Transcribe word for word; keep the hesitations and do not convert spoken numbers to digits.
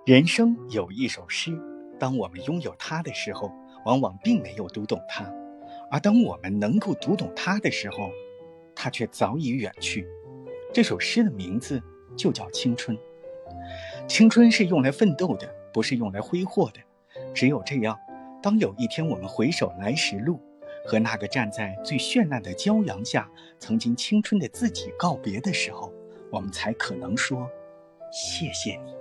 人生有一首诗，当我们拥有它的时候，往往并没有读懂它，而当我们能够读懂它的时候，它却早已远去。这首诗的名字就叫青春。青春是用来奋斗的，不是用来挥霍的。只有这样，当有一天我们回首来时路，和那个站在最绚烂的骄阳下曾经青春的自己告别的时候，我们才可能说谢谢你。